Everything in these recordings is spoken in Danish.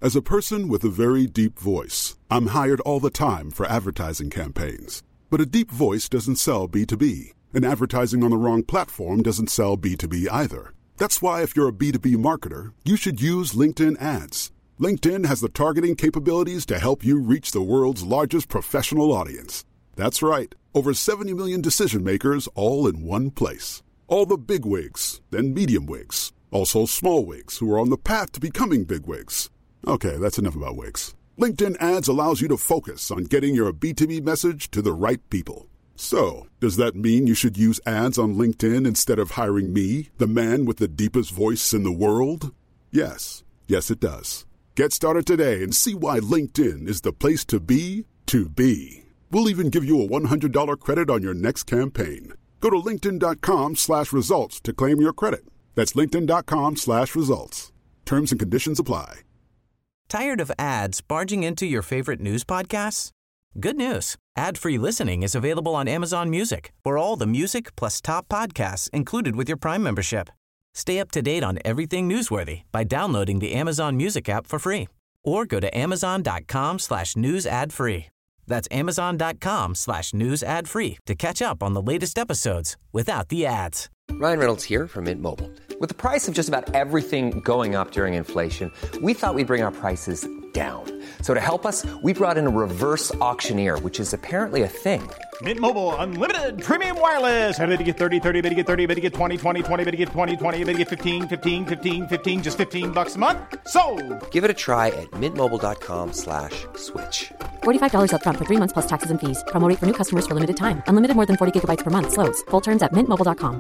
As a person with a very deep voice, I'm hired all the time for advertising campaigns. But a deep voice doesn't sell B2B, and advertising on the wrong platform doesn't sell B2B either. That's why if you're a B2B marketer, you should use LinkedIn ads. LinkedIn has the targeting capabilities to help you reach the world's largest professional audience. That's right, over 70 million decision makers all in one place. All the big wigs, then medium wigs, also small wigs who are on the path to becoming big wigs. Okay, that's enough about wigs. LinkedIn ads allows you to focus on getting your B2B message to the right people. So, does that mean you should use ads on LinkedIn instead of hiring me, the man with the deepest voice in the world? Yes. Yes, it does. Get started today and see why LinkedIn is the place to be to be. We'll even give you a $100 credit on your next campaign. Go to linkedin.com/results to claim your credit. That's linkedin.com/results. Terms and conditions apply. Tired of ads barging into your favorite news podcasts? Good news. Ad-free listening is available on Amazon Music for all the music plus top podcasts included with your Prime membership. Stay up to date on everything newsworthy by downloading the Amazon Music app for free or go to amazon.com/news ad free. That's amazon.com/news ad free to catch up on the latest episodes without the ads. Ryan Reynolds here from Mint Mobile. With the price of just about everything going up during inflation, we thought we'd bring our prices down. So to help us, we brought in a reverse auctioneer, which is apparently a thing. Mint Mobile Unlimited Premium Wireless. How to get 30, 30, bit to get 30, bit to get 20, 20, 20, bit to get 20, 20, bit to get 15, 15, 15, 15, just $15 a month? Sold! Give it a try at mintmobile.com/switch. $45 up front for 3 months plus taxes and fees. Promo rate for new customers for limited time. Unlimited more than 40 gigabytes per month. Slows full terms at mintmobile.com.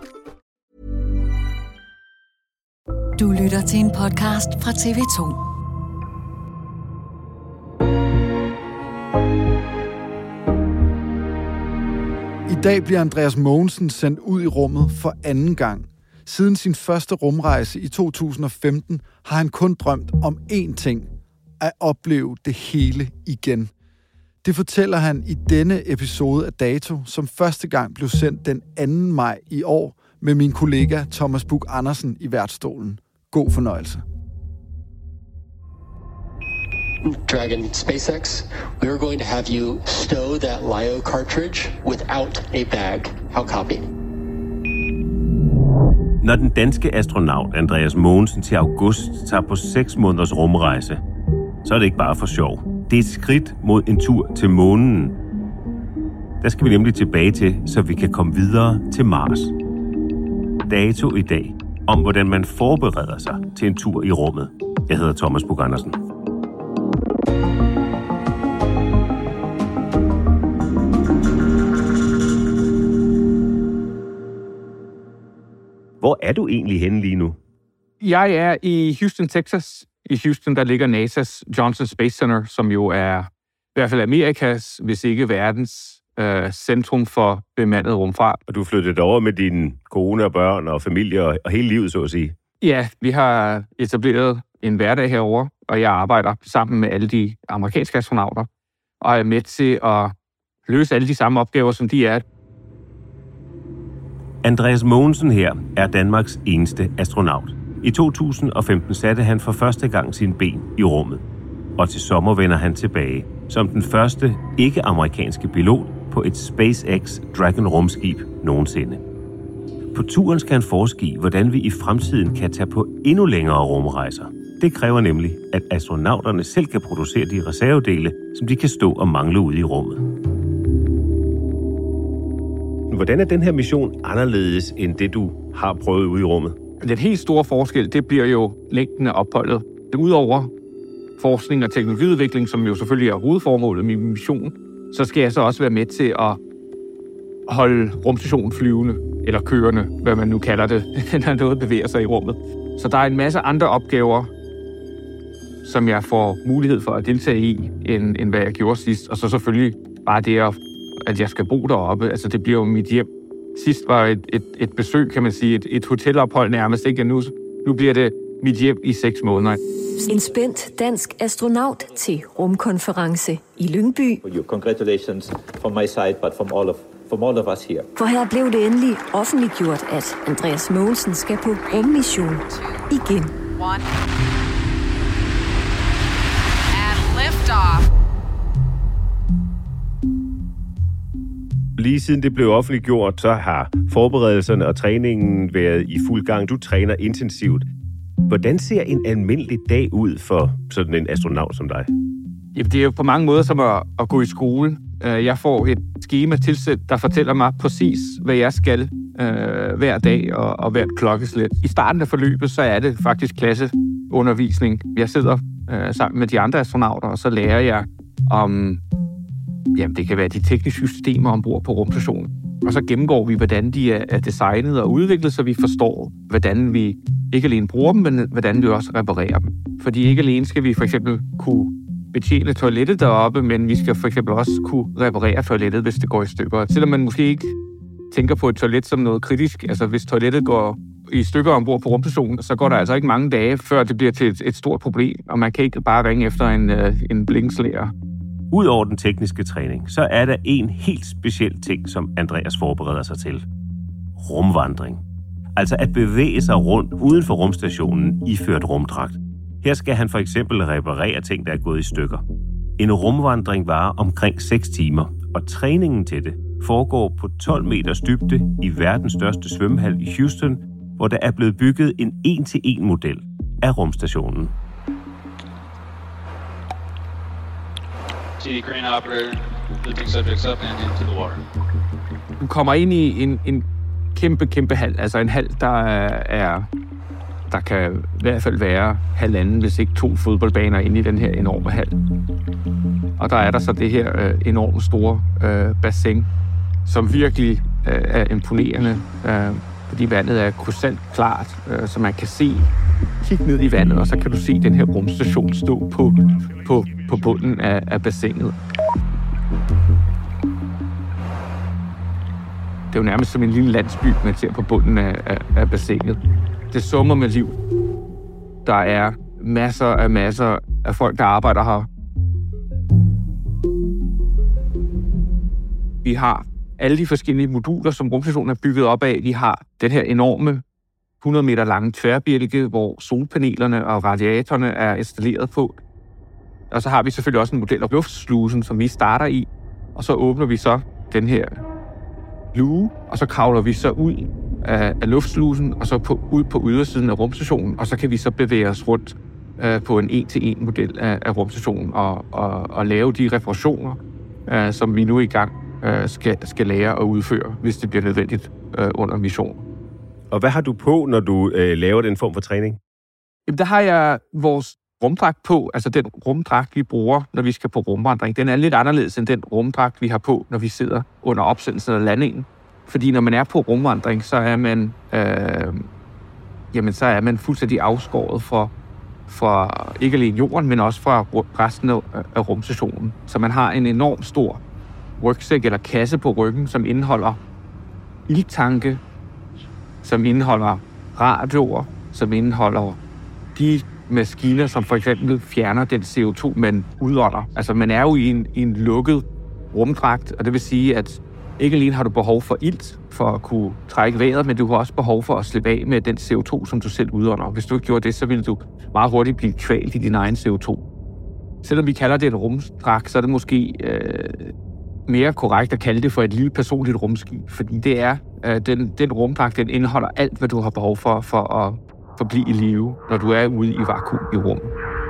Du lytter til en podcast fra TV2. I dag bliver Andreas Mogensen sendt ud i rummet for anden gang. Siden sin første rumrejse i 2015 har han kun drømt om én ting: at opleve det hele igen. Det fortæller han i denne episode af Dato, som første gang blev sendt den 2. maj i år med min kollega Thomas Buch Andersen i værtsstolen. God fornøjelse. Dragon SpaceX, we are going to have you stow that LiO cartridge without a bag. How copy? Når den danske astronaut Andreas Mogensen til august tager på 6 måneders rumrejse, så er det ikke bare for sjov. Det er et skridt mod en tur til månen. Der skal vi nemlig tilbage til, så vi kan komme videre til Mars. Dato i dag om, hvordan man forbereder sig til en tur i rummet. Jeg hedder Thomas Buch Andersen. Hvor er du egentlig henne lige nu? Jeg er i Houston, Texas. I Houston, der ligger NASA's Johnson Space Center, som jo er i hvert fald Amerikas, hvis ikke verdens, centrum for bemandet rumfart. Og du flyttede over med din kone og børn og familie og hele livet, så at sige? Ja, vi har etableret en hverdag herovre, og jeg arbejder sammen med alle de amerikanske astronauter, og er med til at løse alle de samme opgaver, som de er. Andreas Mogensen her er Danmarks eneste astronaut. I 2015 satte han for første gang sine ben i rummet, og til sommer vender han tilbage som den første ikke-amerikanske pilot på et SpaceX Dragon rumskib nogensinde. På turen skal han forske i, hvordan vi i fremtiden kan tage på endnu længere rumrejser. Det kræver nemlig, at astronauterne selv kan producere de reservedele, som de kan stå og mangle ude i rummet. Hvordan er den her mission anderledes end det, du har prøvet ude i rummet? Den helt store forskel, det bliver jo længden af opholdet. Udover forskning og teknologiudvikling, som jo selvfølgelig er hovedformålet med min mission, så skal jeg så også være med til at holde rumstationen flyvende, eller kørende, hvad man nu kalder det, når noget bevæger sig i rummet. Så der er en masse andre opgaver, som jeg får mulighed for at deltage i, end hvad jeg gjorde sidst. Og så selvfølgelig bare det, at jeg skal bo deroppe. Altså, det bliver jo mit hjem. Sidst var et besøg, kan man sige, et hotelophold nærmest, ikke? Nu bliver det mit hjem i 6 måneder. En spændt dansk astronaut til rumkonference i Lyngby. Congratulations from my side, but from all of us here. For her blev det endelig offentliggjort, at Andreas Mogensen skal på rummission igen. Lige siden det blev offentliggjort, så har forberedelserne og træningen været i fuld gang. Du træner intensivt. Hvordan ser en almindelig dag ud for sådan en astronaut som dig? Jamen, det er jo på mange måder som at gå i skole. Jeg får et skema tilsendt, der fortæller mig præcis, hvad jeg skal hver dag og hvert klokkeslæt. I starten af forløbet, så er det faktisk klasseundervisning. Jeg sidder sammen med de andre astronauter, og så lærer jeg om, jamen det kan være de tekniske systemer ombord på rumstationen. Og så gennemgår vi, hvordan de er designet og udviklet, så vi forstår, hvordan vi ikke alene bruger dem, men hvordan vi også reparerer dem. Fordi ikke alene skal vi for eksempel kunne betjene toilettet deroppe, men vi skal for eksempel også kunne reparere toilettet, hvis det går i stykker. Selvom man måske ikke tænker på et toilet som noget kritisk, altså hvis toilettet går i stykker ombord på rumstationen, så går der altså ikke mange dage, før det bliver til et stort problem, og man kan ikke bare ringe efter en blinkslæger. Udover den tekniske træning, så er der en helt speciel ting, som Andreas forbereder sig til. Rumvandring. Altså at bevæge sig rundt uden for rumstationen iført rumdragt. Her skal han for eksempel reparere ting, der er gået i stykker. En rumvandring varer omkring 6 timer, og træningen til det foregår på 12 meters dybde i verdens største svømmehal i Houston, hvor der er blevet bygget en 1-til-1 model af rumstationen. TD crane operator, lifting subjects up and into the water. Du kommer ind i en kæmpe hal, altså en hal, der kan i hvert fald være 1,5, hvis ikke 2 fodboldbaner inde i den her enorme hal. Og der er der så det her enormt store bassin, som virkelig er imponerende, fordi vandet er krystalklart, så man kan kigge ned i vandet, og så kan du se den her rumstation stå på bunden af bassinet. Det er jo nærmest som en lille landsby, man ser på bunden af bassinet. Det summer med liv. Der er masser af folk, der arbejder her. Vi har alle de forskellige moduler, som rumstationen er bygget op af. Vi har den her enorme 100 meter lange tværbjælke, hvor solpanelerne og radiatorerne er installeret på. Og så har vi selvfølgelig også en model af luftslusen, som vi starter i. Og så åbner vi så den her luge, og så kravler vi så ud af luftslusen, og så ud på ydersiden af rumstationen, og så kan vi så bevæge os rundt på en 1-til-1 model af rumstationen og lave de reparationer, som vi nu i gang skal lære at udføre, hvis det bliver nødvendigt under mission. Og hvad har du på, når du laver den form for træning? Jamen, der har jeg vores rumdragt på, altså den rumdragt, vi bruger, når vi skal på rumvandring. Den er lidt anderledes end den rumdragt, vi har på, når vi sidder under opsendelsen af landingen. Fordi når man er på rumvandring, så er man fuldstændig afskåret fra ikke alene jorden, men også fra resten af rumstationen. Så man har en enorm stor rygsæk eller kasse på ryggen, som indeholder ildtanke, som indeholder radioer, som indeholder de maskiner, som for eksempel fjerner den CO2, man udånder. Altså, man er jo i en lukket rumdragt, og det vil sige, at ikke alene har du behov for ilt for at kunne trække vejret, men du har også behov for at slippe af med den CO2, som du selv udånder. Hvis du ikke gjorde det, så ville du meget hurtigt blive kvalt i din egen CO2. Selvom vi kalder det en rumdragt, så er det måske mere korrekt at kalde det for et lille personligt rumskib, fordi det er den rumdragt, den indeholder alt, hvad du har behov for at forblive i live, når du er ude i vakuum i rummet.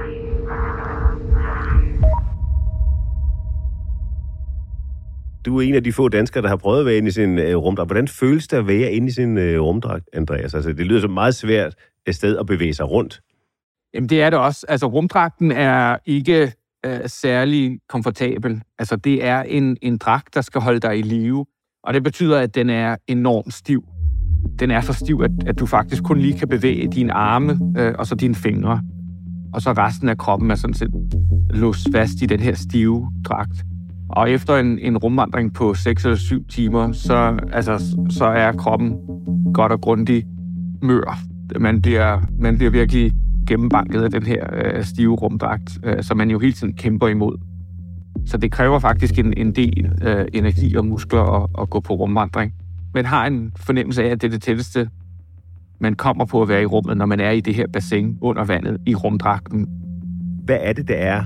Du er en af de få danskere, der har prøvet at være inde i sin rumdragt. Hvordan føles det at være inde i sin rumdragt, Andreas? Altså, det lyder så meget svært et sted at bevæge sig rundt. Jamen, det er det også. Altså, rumdragten er ikke særlig komfortabel. Altså, det er en dragt, der skal holde dig i live, og det betyder, at den er enormt stiv. Den er så stiv, at du faktisk kun lige kan bevæge dine arme og så dine fingre. Og så resten af kroppen er sådan set låst fast i den her stive dragt. Og efter en rumvandring på 6 eller 7 timer, så er kroppen godt og grundigt mør. Man bliver virkelig gennembanket af den her stive rumdragt, som man jo hele tiden kæmper imod. Så det kræver faktisk en del energi og muskler at gå på rumvandring. Man har en fornemmelse af, at det er det tætteste, man kommer på at være i rummet, når man er i det her bassin under vandet i rumdragten. Hvad er det, der er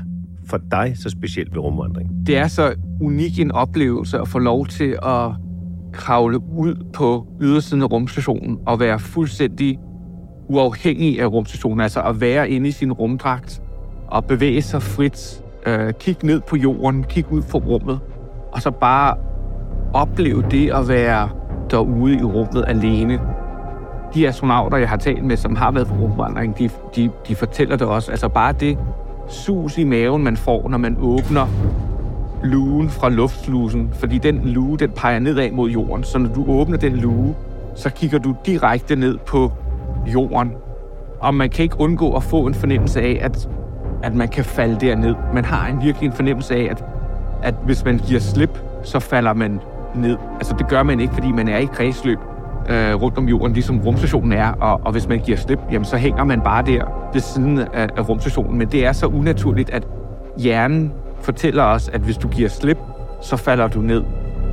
for dig så specielt ved rumvandring? Det er så unik en oplevelse at få lov til at kravle ud på ydersiden af rumstationen og være fuldstændig uafhængig af rumstationen, altså at være inde i sin rumdragt og bevæge sig frit, kigge ned på jorden, kigge ud for rummet, og så bare opleve det at være derude i rummet alene. De astronauter, jeg har talt med, som har været på rumvandring, de fortæller det også. Altså bare det sus i maven, man får, når man åbner lugen fra luftslusen. Fordi den luge, den peger nedad mod jorden. Så når du åbner den luge, så kigger du direkte ned på jorden. Og man kan ikke undgå at få en fornemmelse af, at man kan falde derned. Man har virkelig en fornemmelse af, at hvis man giver slip, så falder man ned. Altså det gør man ikke, fordi man er i kredsløb rundt om jorden, ligesom rumstationen er. Og hvis man giver slip, jamen, så hænger man bare der ved siden af rumstationen. Men det er så unaturligt, at hjernen fortæller os, at hvis du giver slip, så falder du ned.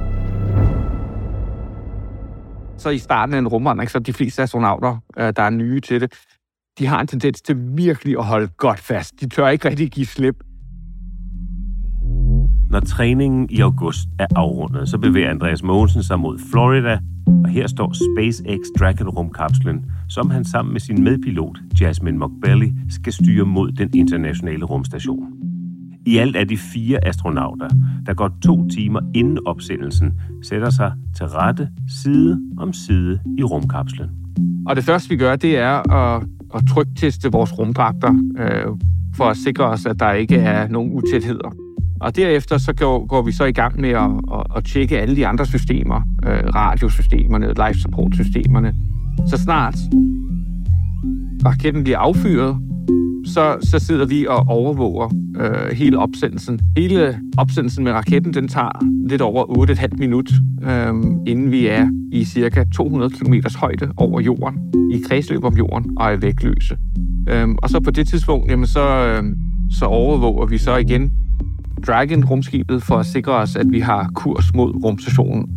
Så i starten af en rumvandring, så de fleste astronauter, der er nye til det, de har en tendens til virkelig at holde godt fast. De tør ikke rigtig give slip. Når træningen i august er afrundet, så bevæger Andreas Mogensen sig mod Florida, og her står SpaceX Dragon-rumkapslen, som han sammen med sin medpilot, Jasmine Mockbelly, skal styre mod den internationale rumstation. I alt er de 4 astronauter, der går 2 timer inden opsendelsen, sætter sig til rette side om side i rumkapslen. Og det første, vi gør, det er at trykteste vores rumdragter, for at sikre os, at der ikke er nogen utætheder. Og derefter så går vi så i gang med at tjekke alle de andre systemer, radiosystemerne, life support-systemerne. Så snart raketten bliver affyret, så sidder vi og overvåger hele opsendelsen. Hele opsendelsen med raketten, den tager lidt over 8,5 minut, inden vi er i cirka 200 km højde over jorden, i kredsløb om jorden og er vægtløse. Og så på det tidspunkt, jamen så overvåger vi så igen Dragon-rumskibet for at sikre os, at vi har kurs mod rumstationen.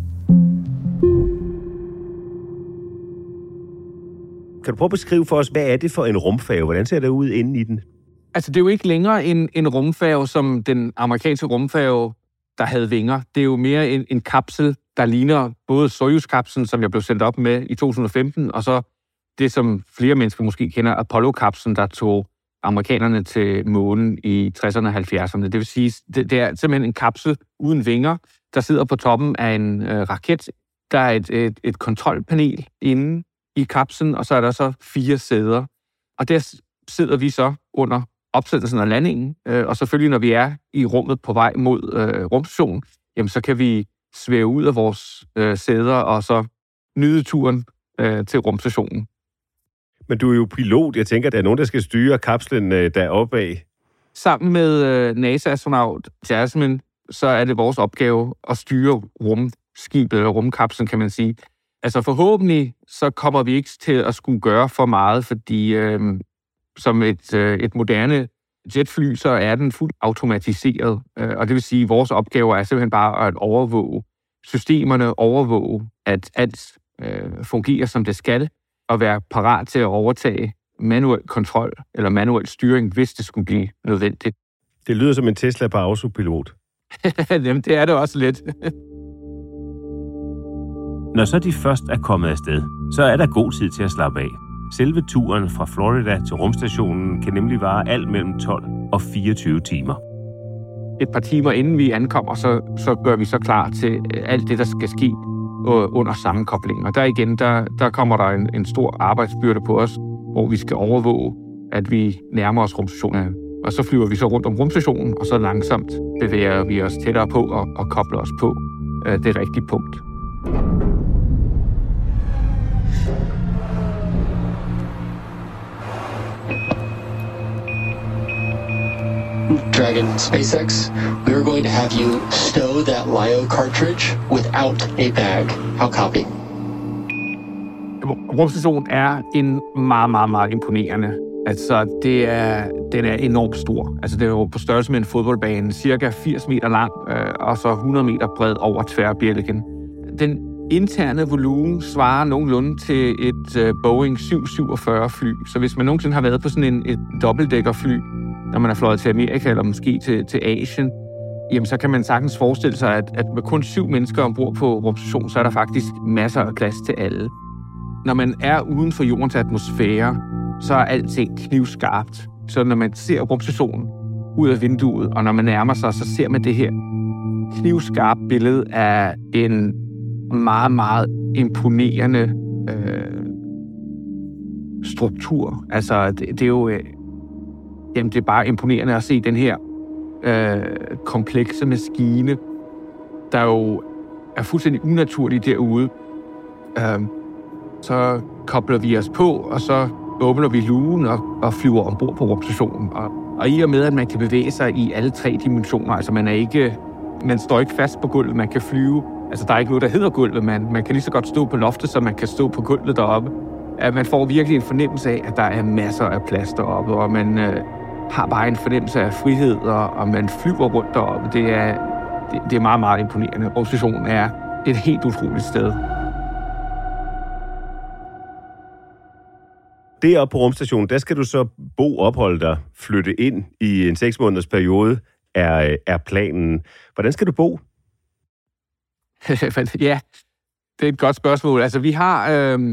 Kan du prøve at beskrive for os, hvad er det for en rumfærge? Hvordan ser det ud inde i den? Altså, det er jo ikke længere en rumfærge, som den amerikanske rumfærge, der havde vinger. Det er jo mere en kapsel, der ligner både Soyuz-kapslen, som jeg blev sendt op med i 2015, og så det, som flere mennesker måske kender, Apollo-kapslen, der tog amerikanerne til månen i 60'erne og 70'erne. Det vil sige, det er simpelthen en kapsel uden vinger, der sidder på toppen af en raket. Der er et kontrolpanel inde i kapslen, og så er der så 4 sæder. Og der sidder vi så under opsendelsen og landingen, og selvfølgelig når vi er i rummet på vej mod rumstationen, jamen så kan vi svæve ud af vores sæder og så nyde turen til rumstationen. Men du er jo pilot. Jeg tænker, at der er nogen, der skal styre kapslen deroppe af. Sammen med NASA-astronaut Jasmine, så er det vores opgave at styre rumskibet eller rumkapslen, kan man sige. Altså forhåbentlig, så kommer vi ikke til at skulle gøre for meget, fordi som et moderne jetfly, så er den fuldt automatiseret. Og det vil sige, at vores opgave er simpelthen bare at overvåge systemerne, overvåge, at alt fungerer, som det skal, og være parat til at overtage manuel kontrol eller manuel styring, hvis det skulle blive nødvendigt. Det lyder som en Tesla på autopilot. Jamen, det er det også lidt. Når så de først er kommet afsted, så er der god tid til at slappe af. Selve turen fra Florida til rumstationen kan nemlig vare alt mellem 12 og 24 timer. Et par timer inden vi ankommer, så gør vi så klar til alt det, der skal ske under sammenkobling. Og der igen, der kommer der en stor arbejdsbyrde på os, hvor vi skal overvåge, at vi nærmer os rumstationen. Og så flyver vi så rundt om rumstationen, og så langsomt bevæger vi os tættere på og kobler os på det rigtige punkt. Dragon SpaceX, we are going to have you stow that LiO cartridge without a bag. How copy? Rumstationen er en meget, meget, meget imponerende. Altså, den er enormt stor. Altså, det er jo på størrelse med en fodboldbane, cirka 80 meter lang, og så 100 meter bred over tværbjælken. Den interne volumen svarer nogenlunde til et Boeing 747-fly. Så hvis man nogensinde har været på sådan et dobbeltdækkerfly, når man er fløjet til Amerika eller måske til Asien, jamen så kan man sagtens forestille sig, at med kun 7 mennesker ombord på rumstationen, så er der faktisk masser af plads til alle. Når man er uden for jordens atmosfære, så er alting knivskarpt. Så når man ser rumstationen ud af vinduet, og når man nærmer sig, så ser man det her knivskarpe billede af en meget, meget imponerende struktur. Altså, det er jo... Jamen, det er bare imponerende at se den her komplekse maskine, der jo er fuldstændig unaturlig derude. Så kobler vi os på, og så åbner vi lugen og flyver ombord på rumstationen. Og i og med, at man kan bevæge sig i alle 3 dimensioner, altså man står ikke fast på gulvet, man kan flyve. Altså, der er ikke noget, der hedder gulvet, man kan lige så godt stå på loftet, som man kan stå på gulvet deroppe. At man får virkelig en fornemmelse af, at der er masser af plads deroppe, og man har bare en fornemmelse af frihed, og man flyver rundt deroppe. Det er meget, meget imponerende. Rumstationen er et helt utroligt sted. Deroppe på rumstationen, der skal du så opholde dig, flytte ind i en 6 måneders periode, er planen. Hvordan skal du bo? Ja, det er et godt spørgsmål. Altså, vi har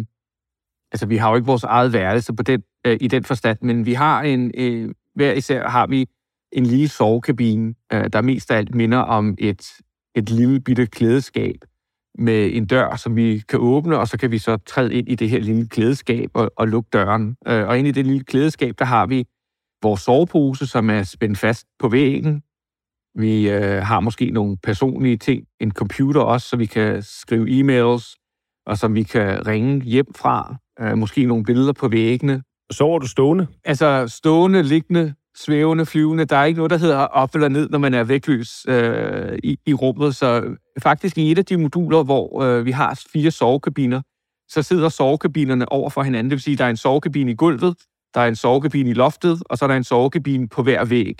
jo ikke vores eget værelse i den forstand, men vi har hver især har vi en lille sovekabine, der mest af alt minder om et lille bitte klædeskab med en dør, som vi kan åbne, og så kan vi så træde ind i det her lille klædeskab og lukke døren. Og inde i det lille klædeskab, der har vi vores sovepose, som er spændt fast på væggen. Vi har måske nogle personlige ting, en computer også, så vi kan skrive e-mails, og som vi kan ringe hjem fra. Måske nogle billeder på væggene. Sover du stående? Altså stående, liggende, svævende, flyvende. Der er ikke noget, der hedder op eller ned, når man er vægtløs i rummet. Så faktisk i et af de moduler, hvor vi har 4 sovekabiner, så sidder sovekabinerne over for hinanden. Det vil sige, at der er en sovekabine i gulvet, der er en sovekabine i loftet, og så er der en sovekabine på hver væg.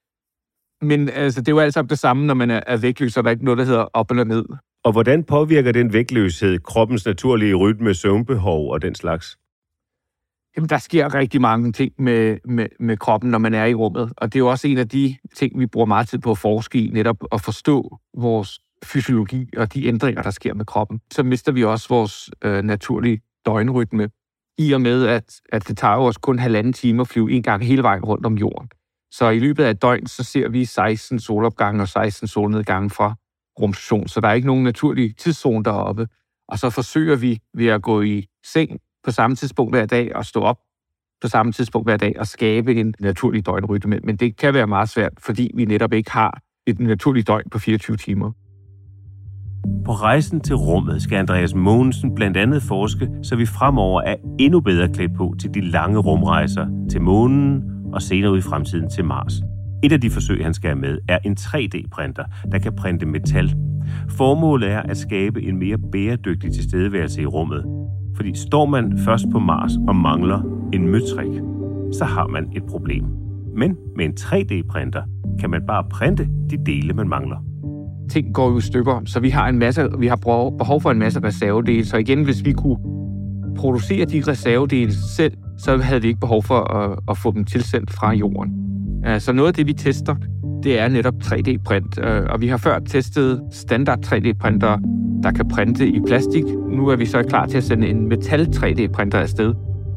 Men altså, det er jo alt sammen det samme, når man er vægtløs, så der er ikke noget, der hedder op eller ned. Og hvordan påvirker den vægtløshed kroppens naturlige rytme, søvnbehov og den slags? Jamen, der sker rigtig mange ting med kroppen, når man er i rummet. Og det er jo også en af de ting, vi bruger meget tid på at forske i, netop at forstå vores fysiologi og de ændringer, der sker med kroppen. Så mister vi også vores naturlige døgnrytme, i og med, at det tager os kun 1,5 time at flyve en gang hele vejen rundt om jorden. Så i løbet af et døgn, så ser vi 16 solopgange og 16 solnedgange fra rumstationen. Så der er ikke nogen naturlig tidszone deroppe. Og så forsøger vi ved at gå i seng på samme tidspunkt hver dag og stå op på samme tidspunkt hver dag og skabe en naturlig døgnrytme. Men det kan være meget svært, fordi vi netop ikke har et naturligt døgn på 24 timer. På rejsen til rummet skal Andreas Mogensen blandt andet forske, så vi fremover er endnu bedre klædt på til de lange rumrejser til månen og senere ud i fremtiden til Mars. Et af de forsøg, han skal have med, er en 3D-printer, der kan printe metal. Formålet er at skabe en mere bæredygtig tilstedeværelse i rummet. Fordi står man først på Mars og mangler en møtrik, så har man et problem. Men med en 3D-printer kan man bare printe de dele, man mangler. Ting går jo i stykker, så vi har behov for en masse reservedele. Så igen, hvis vi kunne producere de reservedele selv, så havde vi ikke behov for at få dem tilsendt fra jorden. Så noget af det, vi tester, det er netop 3D-print. Og vi har før testet standard 3D-printer, der kan printe i plastik. Nu er vi så klar til at sende en metal 3D-printer afsted.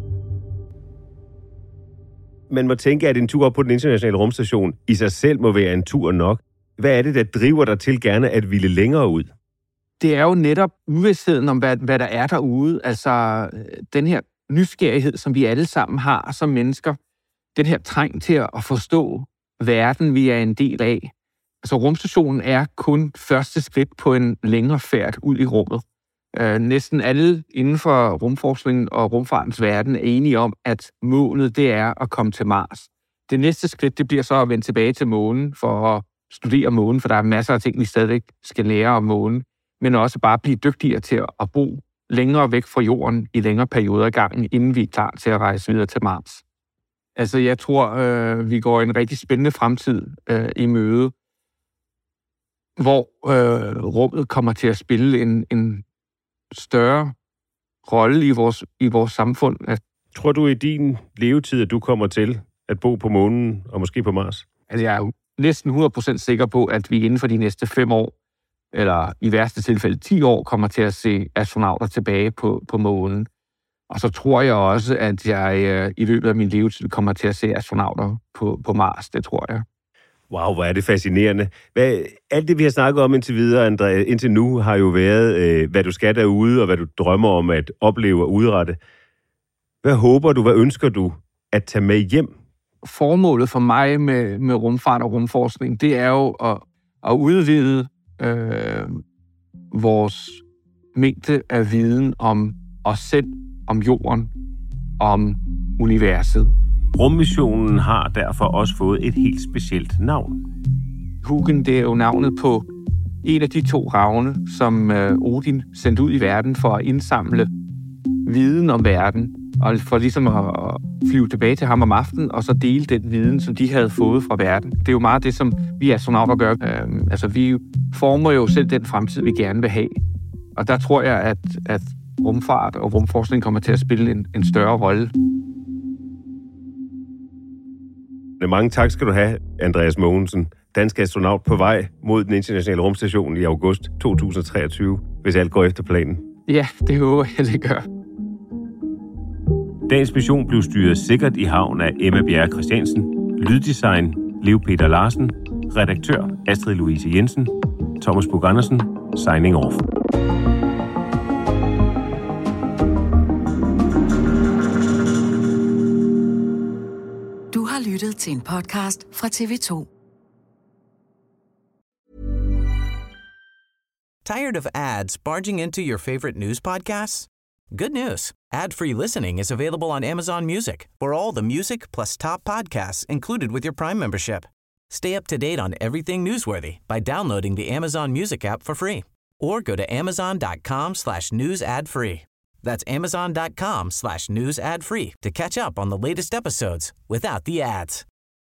Man må tænke, at en tur op på den internationale rumstation i sig selv må være en tur nok. Hvad er det, der driver dig til gerne at ville længere ud? Det er jo netop uvidstheden om, hvad der er derude. Altså den her nysgerrighed, som vi alle sammen har som mennesker. Den her træng til at forstå verden, vi er en del af. Altså rumstationen er kun første skridt på en længere færd ud i rummet. Næsten alle inden for rumforskningen og rumfartens verden er enige om, at målet det er at komme til Mars. Det næste skridt det bliver så at vende tilbage til månen for at studere månen, for der er masser af ting, vi stadig skal lære om månen, men også bare blive dygtigere til at bo længere væk fra jorden i længere perioder af gangen, inden vi er klar til at rejse videre til Mars. Altså, jeg tror, vi går en rigtig spændende fremtid i møde, hvor rummet kommer til at spille en større rolle i vores samfund. Tror du i din levetid, at du kommer til at bo på månen og måske på Mars? Altså, jeg er jo næsten 100% sikker på, at vi inden for de næste 5 år, eller i værste tilfælde 10 år, kommer til at se astronauter tilbage på månen. Og så tror jeg også, at jeg i løbet af min levetid kommer til at se astronauter på Mars. Det tror jeg. Wow, hvor er det fascinerende. Alt det, vi har snakket om indtil videre, André, indtil nu, har jo været, hvad du skal derude, og hvad du drømmer om at opleve og udrette. Hvad håber du, hvad ønsker du at tage med hjem? Formålet for mig med rumfart og rumforskning, det er jo at udvide vores mængde af viden om os selv, om jorden, om universet. Rummissionen har derfor også fået et helt specielt navn. Hugin, det er jo navnet på en af de 2 ravne, som Odin sendte ud i verden for at indsamle viden om verden, og for ligesom at flyve tilbage til ham om aftenen, og så dele den viden, som de havde fået fra verden. Det er jo meget det, som vi astronauter gør. Altså, vi former jo selv den fremtid, vi gerne vil have. Og der tror jeg, at rumfart og rumforskning kommer til at spille en større rolle. Mange tak skal du have, Andreas Mogensen, dansk astronaut på vej mod den internationale rumstation i august 2023, hvis alt går efter planen. Ja, det håber jeg, det gør. Dagens mission blev styret sikkert i havn af Emma Bjerre Christiansen, lyddesign Leo Peter Larsen, redaktør Astrid Louise Jensen, Thomas Bug Andersen, signing off. Du har lyttet til en podcast fra TV2. Tired of ads barging into your favorite news podcasts? Good news. Ad-free listening is available on Amazon Music for all the music plus top podcasts included with your Prime membership. Stay up to date on everything newsworthy by downloading the Amazon Music app for free or go to amazon.com/news ad free. That's amazon.com/news ad free to catch up on the latest episodes without the ads.